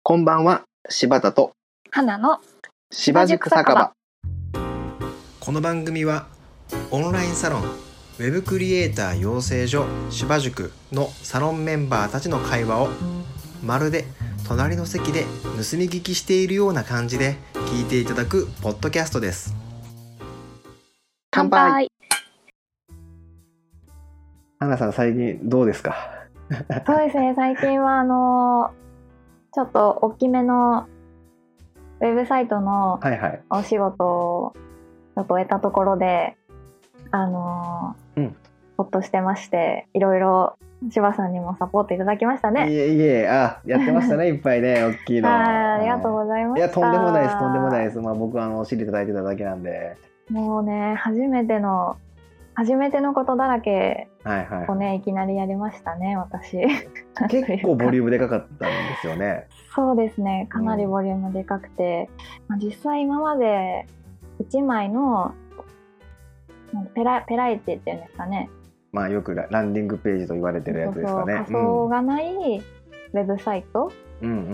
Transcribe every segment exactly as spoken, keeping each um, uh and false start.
こんばんは、柴田と花の柴塾酒場。 この番組はオンラインサロンウェブクリエイター養成所柴塾のサロンメンバーたちの会話をまるで隣の席で盗み聞きしているような感じで聞いていただくポッドキャストです。 乾杯。花さん、最近どうですか？ そうですね、最近はあのちょっと大きめのウェブサイトのお仕事をちょっと終えたところで、あのーうん、ほっとしてまして、いろいろ柴さんにもサポートいただきましたね。 いえいえ、あ、やってましたねいっぱいね、大きいの。 あ, ありがとうございました。 いや、とんでもないです、とんでもないです。まあ、僕はあのお知りいただいてただけなんで。 もうね、初めての初めてのことだらけをね、はいはい、いきなりやりましたね、私。 結構ボリュームでかかったんですよね。 そうですね、かなりボリュームでかくて、うん、まあ、実際今までいちまいのペラ、ペライチっていうんですかね、 まあ、よくランディングページと言われてるやつですかね。 そうそう、仮想がないウェブサイト、うんうんうん、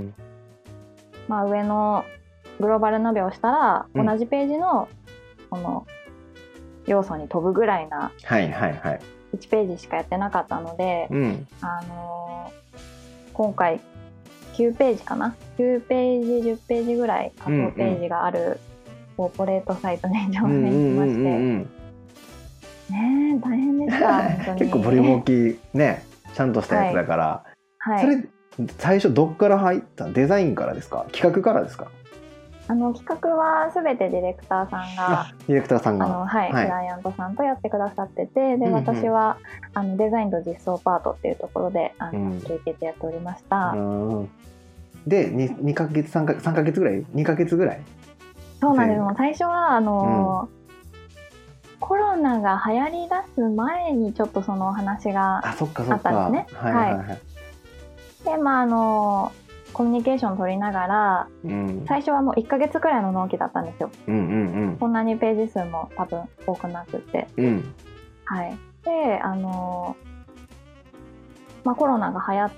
まあ、上のグローバルナビをしたら、うん、同じページのこの要素に飛ぶぐらいな、 はいはいはい、 いちページしかやってなかったので、うん、あのー、今回きゅうページかな、きゅうページじゅっページぐらい仮想ページがあるコーポレートサイトに挑戦しまして、ねえ、大変でした本当に。 結構ボリューム大きいね、ちゃんとしたやつだから、はいはい、それ最初どっから入った？デザインからですか？企画からですか？ あの企画はすべてディレクターさんがディレクターさんがあの、はいはい、クライアントさんとやってくださってて、で、うんうん、私はあのデザインと実装パートっていうところであの、うん、受けてやっておりました。うん、 で 2, にかげつ3か、さんかげつぐらいにかげつぐらい。 そうなんです。もう最初はあの、うん、コロナが流行り出す前にちょっとそのお話があったんですね。はいはいはい、で、まああのコミュニケーション取りながら、うん、最初はもういっかげつくらいの納期だったんですよ、うんうんうん、そんなにページ数も多分多くなくて、うん、はい、で、あのまあ、コロナが流行って、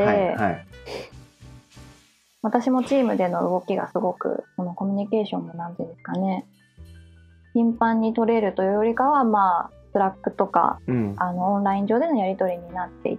はいはい、私もチームでの動きがすごくそのコミュニケーションもなんていうんですかね、頻繁に取れるというよりかは、まあ、スラックとか、うん、あのオンライン上でのやり取りになっていって、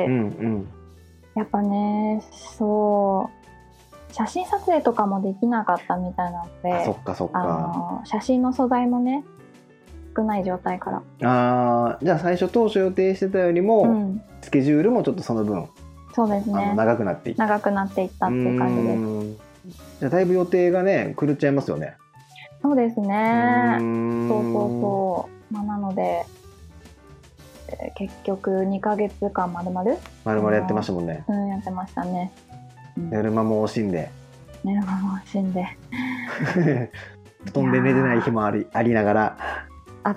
うんうん、やっぱね、そう写真撮影とかもできなかったみたいなので、 あ、そっかそっか、 あの写真の素材もね少ない状態から、 あ、じゃあ最初当初予定してたよりも、うん、スケジュールもちょっとその分、 そうですね、 あの長くなっていった長くなっていったっていう感じです。 じゃあだいぶ予定がね狂っちゃいますよね。 そうですね、うそうそうそう、まあ、なので結局にかげつかんまるまるまるまるやってましたもんね。 うん、やってましたね。 うん、寝る間も惜しんで寝る間も惜しんで布団で寝てない日もあり、ありながらあった。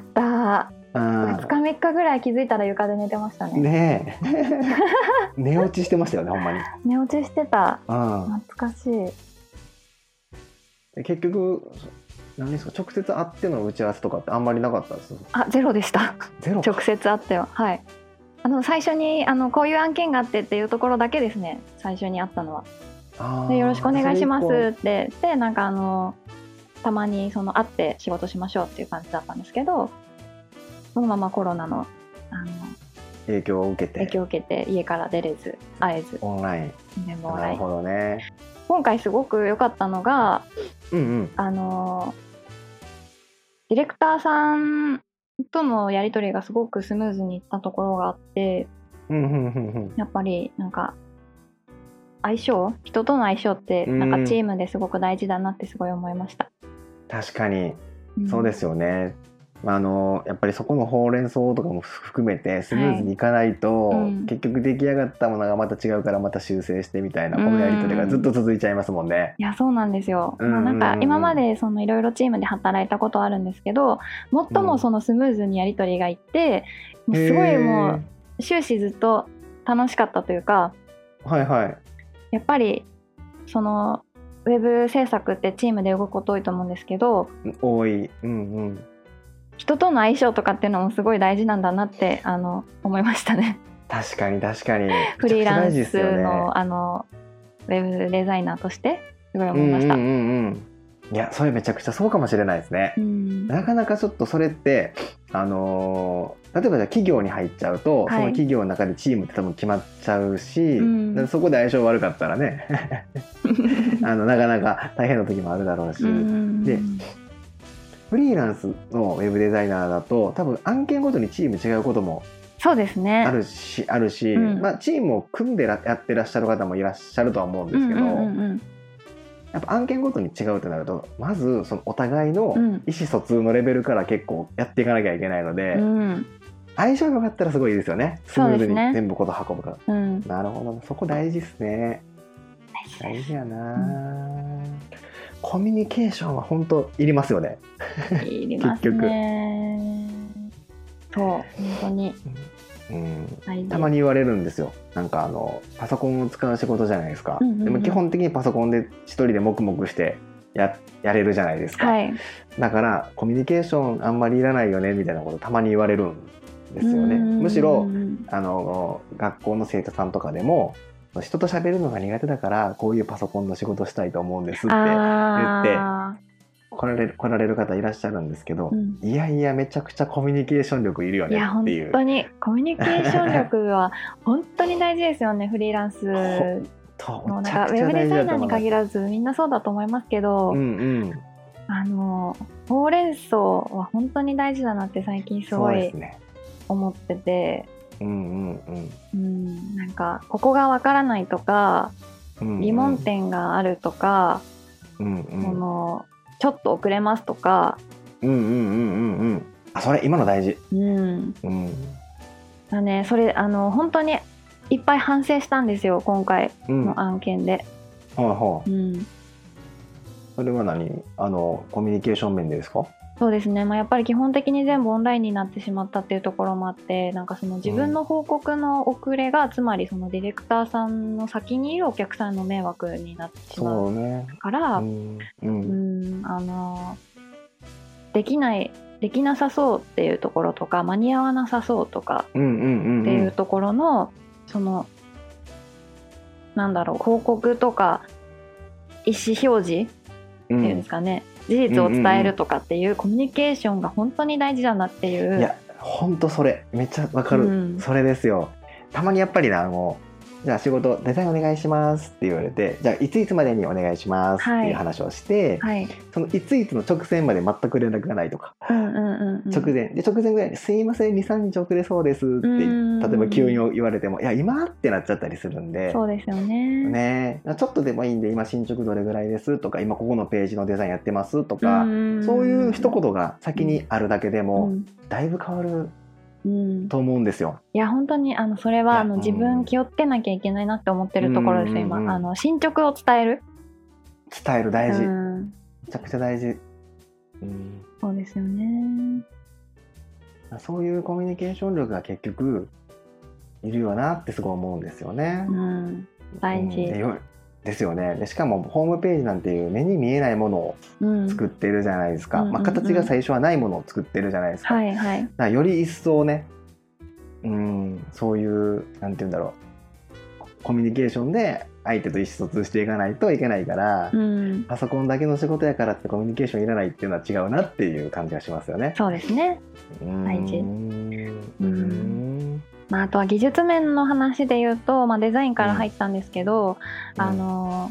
ふつかみっかぐらい気づいたら床で寝てましたね。ねえ寝落ちしてましたよね、ほんまに。 寝落ちしてた。懐かしい。 結局何ですか、直接会っての打ち合わせとかってあんまりなかったです？ あ、ゼロでした。ゼロ。直接会っては、はい、あの最初にあのこういう案件があってっていうところだけですね、最初に会ったのは。で、よろしくお願いしますってで、なんかあのたまにその会って仕事しましょうっていう感じだったんですけど、そのままコロナの、あの影響を受けて影響を受けて家から出れず会えずオンライン。 でもなるほどね。 今回すごく良かったのが、うんうん、あのディレクターさんとのやり取りがすごくスムーズにいったところがあって、うんうんうんうん、やっぱりなんか相性、人との相性ってなんかチームですごく大事だなってすごい思いました。 確かにそうですよね、うん、あのやっぱりそこのほうれん草とかも含めてスムーズにいかないと、はい、うん、結局出来上がったものがまた違うからまた修正してみたいな、このやり取りがずっと続いちゃいますもんね。 いや、そうなんですよ、うんうんうん、まあ、なんか今までそのいろいろチームで働いたことあるんですけど、最もそのスムーズにやり取りがいって、うん、もうすごいもう終始ずっと楽しかったというか、 はいはい、 やっぱりそのウェブ制作ってチームで動くこと多いと思うんですけど、 多い、うんうん、 人との相性とかっていうのもすごい大事なんだなってあの思いましたね。 確かに確かに。 フリーランスの、あのウェブデザイナーとしてすごい思いました。 うんうんうんうん、いやそれめちゃくちゃそうかもしれないですね、うん、なかなかちょっとそれってあのー、例えばじゃあ企業に入っちゃうと、はい、その企業の中でチームって多分決まっちゃうし、うん、そこで相性悪かったらねあのなかなか大変な時もあるだろうし、うん、でフリーランスのウェブデザイナーだと多分案件ごとにチーム違うこともそうですね。 あるし、あるし、うん、まあ、チームを組んでやってらっしゃる方もいらっしゃるとは思うんですけど、うんうんうんうん、やっぱ案件ごとに違うとなるとまずそのお互いの意思疎通のレベルから結構やっていかなきゃいけないので、うん、相性が良かったらすごいですよね。スムーズに全部こと運ぶから、うん、なるほど、そこ大事ですね。大事やな、うん、コミュニケーションは本当いりますよね。 いりますね。そう本当に、 うん、たまに言われるんですよ。なんかあのパソコンを使う仕事じゃないですか、うんうんうん、でも基本的にパソコンで一人で黙々して や, やれるじゃないですか、はい、だからコミュニケーションあんまりいらないよねみたいなことたまに言われるんですよね。むしろあの学校の生徒さんとかでも人と喋るのが苦手だからこういうパソコンの仕事したいと思うんですって言って来られる、来られる方いらっしゃるんですけど、うん、いやいやめちゃくちゃコミュニケーション力いるよねっていう。いや本当にコミュニケーション力は本当に大事ですよね。フリーランスのなんかウェブデザイナーに限らずみんなそうだと思いますけど、うんうん、あのほうれん草は本当に大事だなって最近すごい思ってて、うんうんうんうん、なんかここがわからないとか、うんうん、疑問点があるとか、うんうん、そのちょっと遅れますとか、 うんうんうんうんうん、あそれ今の大事。うんうん、 だね、それあの本当にいっぱい反省したんですよ今回の案件で。 うん、はいはい、うん、それは何あのコミュニケーション面でですか？ そうですね、まあ、やっぱり基本的に全部オンラインになってしまったっていうところもあって、なんかその自分の報告の遅れが、うん、つまりそのディレクターさんの先にいるお客さんの迷惑になってしまうから、そうね、うんうん、あのできないできなさそうっていうところとか間に合わなさそうとかっていうところのそのなんだろう報告とか意思表示っていうんですかね、うん、事実を伝えるとかっていうコミュニケーションが本当に大事だなっていう。 いや本当それめっちゃわかる、うん、それですよ。たまにやっぱりなあのじゃあ仕事デザインお願いしますって言われて、じゃあいついつまでにお願いしますっていう話をして、はいはい、そのいついつの直前まで全く連絡がないとか、うんうんうんうん、直前で直前ぐらいにすいません にさんにち遅れそうですって例えば急に言われてもいや今ってなっちゃったりするんで。 そうですよね。 ね、ちょっとでもいいんで今進捗どれぐらいですとか今ここのページのデザインやってますとか、うそういう一言が先にあるだけでも、うん、だいぶ変わるうん、と思うんですよ。 いや本当にあのそれはあの自分気をつけなきゃいけないなって思ってるところですよ、今。あの進捗を伝える伝える大事、うん、めちゃくちゃ大事、 うん、そうですよね。 そういうコミュニケーション力が結局いるよなってすごい思うんですよね、うん、 大事、うんですよね。でしかもホームページなんていう目に見えないものを作ってるじゃないですか、うんまあ、形が最初はないものを作ってるじゃないですか、うんうんうん、はいはい、だからより一層ね、うん、そういうなんて言うんだろうコミュニケーションで相手と意思疎通していかないといけないから、うん、パソコンだけの仕事やからってコミュニケーションいらないっていうのは違うなっていう感じがしますよね。 そうですね、大事。うんまあ、あとは技術面の話で言うと、まあ、デザインから入ったんですけど、うん、あの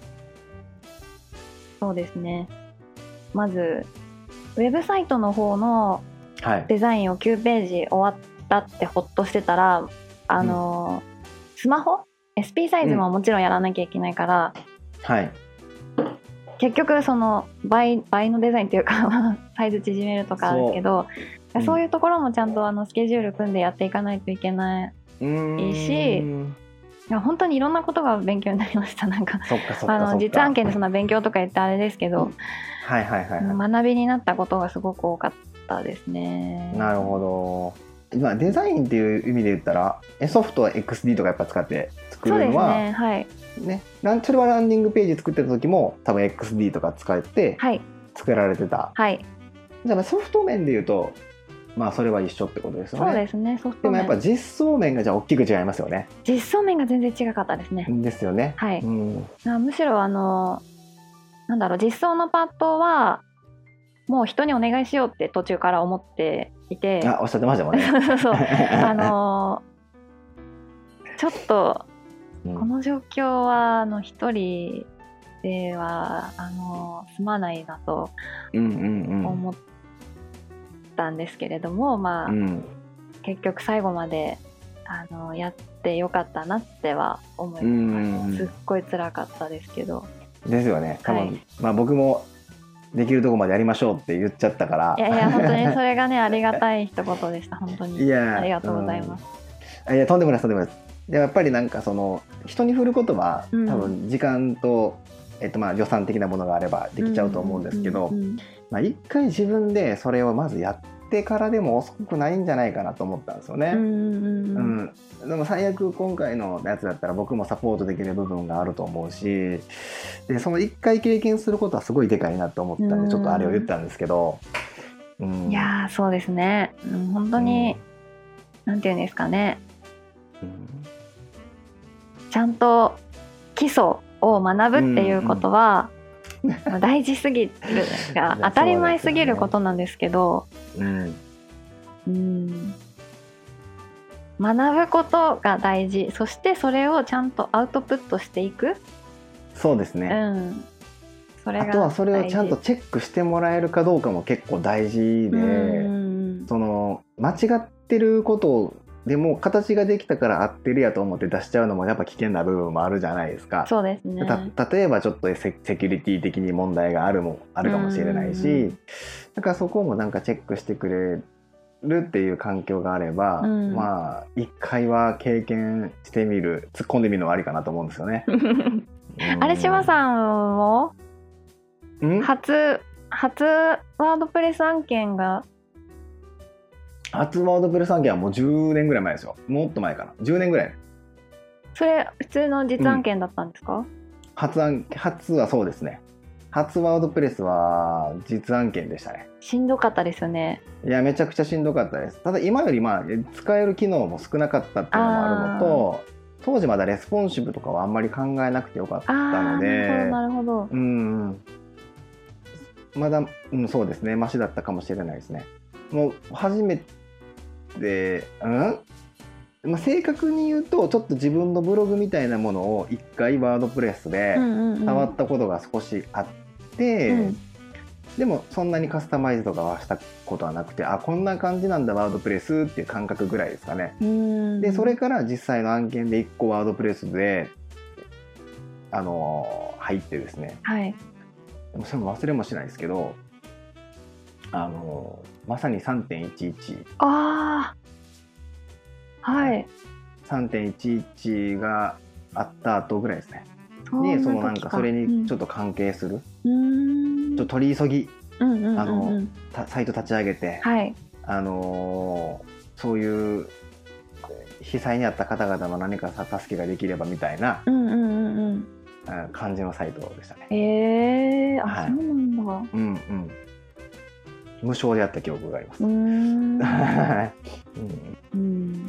そうですね、まずウェブサイトの方のデザインをきゅうページ終わったってほっとしてたら、あの、うん、スマホ エスピー サイズももちろんやらなきゃいけないから、うんはい、結局その倍、倍のデザインっていうかサイズ縮めるとかあるんですけど、そう、そういうところもちゃんとあのスケジュール組んでやっていかないといけないし、いや本当にいろんなことが勉強になりました。なんかあの実案件でそんな勉強とか言ってあれですけど、うんはいはいはいはい、学びになったことがすごく多かったですね。 なるほど。今デザインっていう意味で言ったらソフトは エックスディー とかやっぱ使って作るのはそうですね、はいね、それはランディングページ作ってた時も多分 エックスディー とか使って作られてた、はい、じゃあソフト面で言うとまあそれは一緒ってことですよね。 そうですね。ソフト面でもやっぱ実装面がじゃあ大きく違いますよね。 実装面が全然違かったですね。 ですよね。 はい、 うん、 むしろあのなんだろう、実装のパートはもう人にお願いしようって途中から思っていて、 あ、おっしゃってましたもんね。 そうそうあのちょっとこの状況はあの一人ではあの済まないなと思ったんですけれども、まあ、うん、結局最後まであのやってよかったなっては思います。すっごい辛かったですけど。 ですよね。多分、はい、まあ、僕もできるとこまでやりましょうって言っちゃったから。 いやいや本当にそれがねありがたい一言でした。本当に。いやありがとうございます。 うん、いやとんでもないとんでもないです。でやっぱりなんかその人に振ることは多分時間と、うん、えっとまあ予算的なものがあればできちゃうと思うんですけど、まあ一回自分でそれをまずやってからでも遅くないんじゃないかなと思ったんですよね。うん、でも最悪今回のやつだったら僕もサポートできる部分があると思うし、でその一回経験することはすごいでかいなと思ったんでちょっとあれを言ったんですけど、 うん、いやそうですね、うん、本当に、うん、なんていうんですかね、うん、ちゃんと基礎を学ぶっていうことは、うんうん、大事すぎるが当たり前すぎることなんですけど、うんうん、学ぶことが大事、そしてそれをちゃんとアウトプットしていく。 そうですね、うん、それがあとはそれをちゃんとチェックしてもらえるかどうかも結構大事で、うん、その間違ってることでも形ができたから合ってるやと思って出しちゃうのもやっぱ危険な部分もあるじゃないですか。 そうですね。 た例えばちょっとセ, セキュリティ的に問題があるもあるかもしれないし、だからそこもなんかチェックしてくれるっていう環境があれば、うん、まあ一回は経験してみる、突っ込んでみるのはありかなと思うんですよね。 あれ島さんも初初ワードプレス案件が初ワードプレス案件はもうじゅうねんぐらい前ですよ。もっと前かな、じゅうねんぐらい。 それ普通の実案件だったんですか？うん、 初案初はそうですね。初ワードプレスは実案件でしたね。 しんどかったですよね。 いやめちゃくちゃしんどかったです。ただ今よりまあ使える機能も少なかったっていうのもあるのと、当時まだレスポンシブとかはあんまり考えなくてよかったので、 なるほどなるほど、 うん、まだ、うん、そうですね、マシだったかもしれないですね。もう初めて、うんまあ、正確に言うとちょっと自分のブログみたいなものを一回ワードプレスで触ったことが少しあって、うんうんうん、でもそんなにカスタマイズとかはしたことはなくて、あこんな感じなんだワードプレスっていう感覚ぐらいですかね。でそれから実際の案件でいっこワードプレスであの入ってですね、はい、でもそれも忘れもしないですけど、あのまさに さんてんいちいちああはいさんてんいちいち があった後ぐらいですね。でそのなんかそれにちょっと関係する、うん、ちょっと取り急ぎ、うんうんうんうん、あのサイト立ち上げて、はい、あのー、そういう被災に遭った方々の何か助けができればみたいな、うんうんうんうん、感じのサイトでしたね。 へえー、あ、はい、そうなんだ。うんうん。 無償でやった記憶があります。うーん、うん、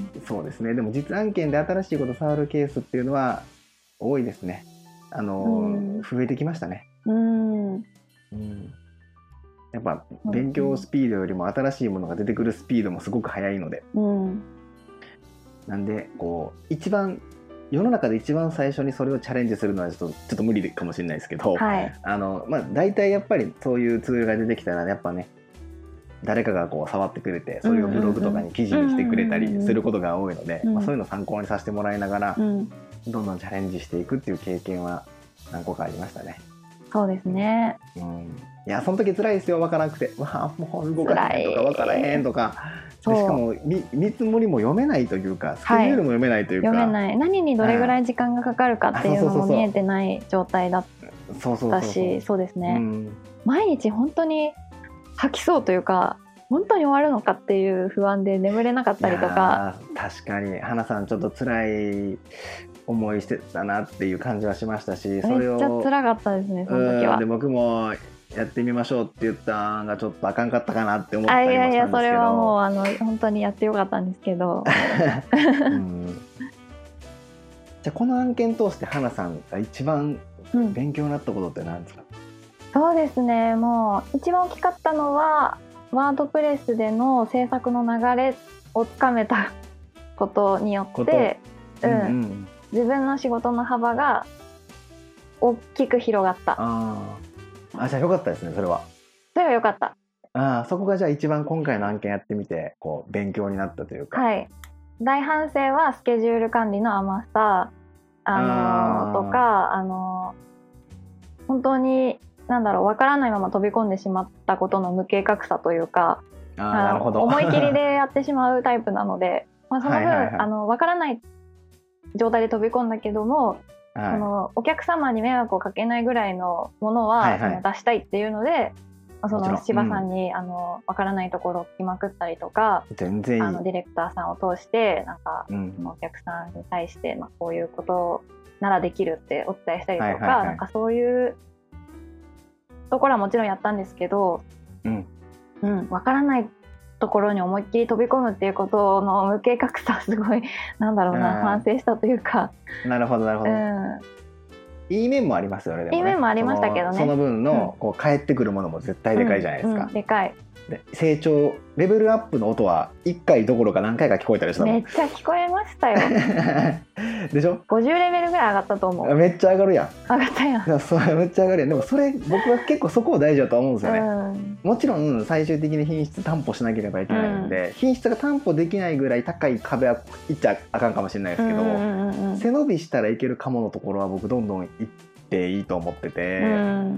そうですね。でも実案件で新しいことを触るケースっていうのは多いですね。あの増えてきましたね。うん、うん、やっぱ勉強スピードよりも新しいものが出てくるスピードもすごく速いので、うん、なんでこう一番世の中で一番最初にそれをチャレンジするのはちょっと、ちょっと無理かもしれないですけど、はい、あのまあ、大体やっぱりそういうツールが出てきたらやっぱね誰かがこう触ってくれてそれをブログとかに記事にしてくれたりすることが多いので、まあ、そういうのを参考にさせてもらいながら、うん、どんどんチャレンジしていくっていう経験は何個かありましたね。 そうですね、 うん、いやその時辛いですよ、分からなくて、わあもう動かへんとか分からへんとか、しかも見積もりも読めないというかスケジュールも読めないというか、はい、読めない、 何にどれぐらい時間がかかるかっていうのも見えてない状態だったし、そうですね、うん、毎日本当に吐きそうというか本当に終わるのかっていう不安で眠れなかったりとか。 確かに花さんちょっと辛い思いしてたなっていう感じはしましたし、 それをめっちゃ辛かったですねその時は。 で僕もやってみましょうって言ったのがちょっとあかんかったかなって思ったりもしたんですけど。 あ、いやいや、それはもうあの本当にやってよかったんですけど、うん、 じゃあこの案件通して花さんが一番勉強になったことって何ですか？ うん、そうですね、もう一番大きかったのはワードプレスでの制作の流れをつかめたことによって、うんうん、自分の仕事の幅が大きく広がった。 ああ、じゃあよかったですね、それは。 それはよかった。 ああ、そこがじゃあ一番今回の案件やってみてこう勉強になったというか。 はい。大反省はスケジュール管理の甘さ、あのー、とか、あのー、本当になんだろう、分からないまま飛び込んでしまったことの無計画さというか、 ああ、なるほど。 思い切りでやってしまうタイプなので、まあ、その分、はいはいはい、あの分からない状態で飛び込んだけども、はい、そのお客様に迷惑をかけないぐらいのものは、はいはい、その出したいっていうので、その柴さんに、うん、あの分からないところを聞きまくったりとか、 全然いい、 あのディレクターさんを通してなんか、うん、お客さんに対して、まあ、こういうことならできるってお伝えしたりとか、はいはいはい、なんかそういうところはもちろんやったんですけど、うんうん、分からないところに思いっきり飛び込むっていうことの無計画さ、すごいなんだろうな、反省したというか。 なるほどなるほど、うん、いい面もありますよね。でもね、 いい面もありましたけどね。 その、その分のこう返ってくるものも絶対でかいじゃないですか、 うんうん、でかい。 で成長レベルアップの音はいっかいどころか何回か聞こえたりしたもん。 めっちゃ聞こえましたよでしょ。 ごじゅうレベルぐらい上がったと思う。 めっちゃ上がるやん。 上がったやん。いや、 それめっちゃ上がるやん。でもそれ僕は結構そこを大事だと思うんですよね、うん、もちろん最終的に品質担保しなければいけないんで、うん、品質が担保できないぐらい高い壁はいっちゃあかんかもしれないですけど、うんうんうん、背伸びしたらいけるかものところは僕どんどんいっていいと思ってて、うん、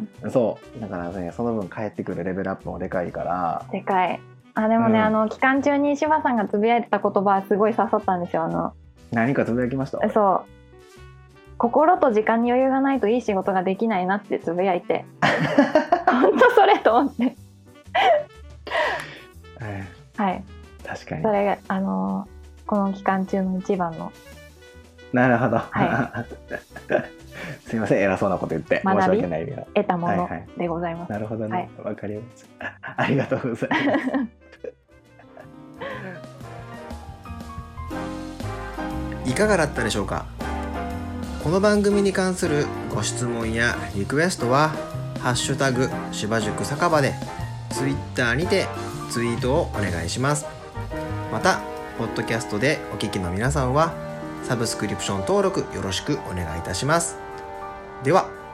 そうだからね、その分返ってくるレベルアップもでかいから。 でかい。あ、でもね、うん、あの期間中に柴さんがつぶやいてた言葉はすごい刺さったんですよ。あの何かつぶやきました？ そう、心と時間に余裕がないといい仕事ができないなってつぶやいて本当それと思ってはい、確かにそれがあのこの期間中の一番の。 なるほど、はい、すいません、偉そうなこと言って申し訳ないけど得たものでございます、 はいはい、なるほどね、わ、はい、かります。ありがとうございますいかがだったでしょうか。この番組に関するご質問やリクエストはハッシュタグ芝塾酒場でツイッターにてツイートをお願いします。またポッドキャストでお聞きの皆さんはサブスクリプション登録よろしくお願いいたします。では。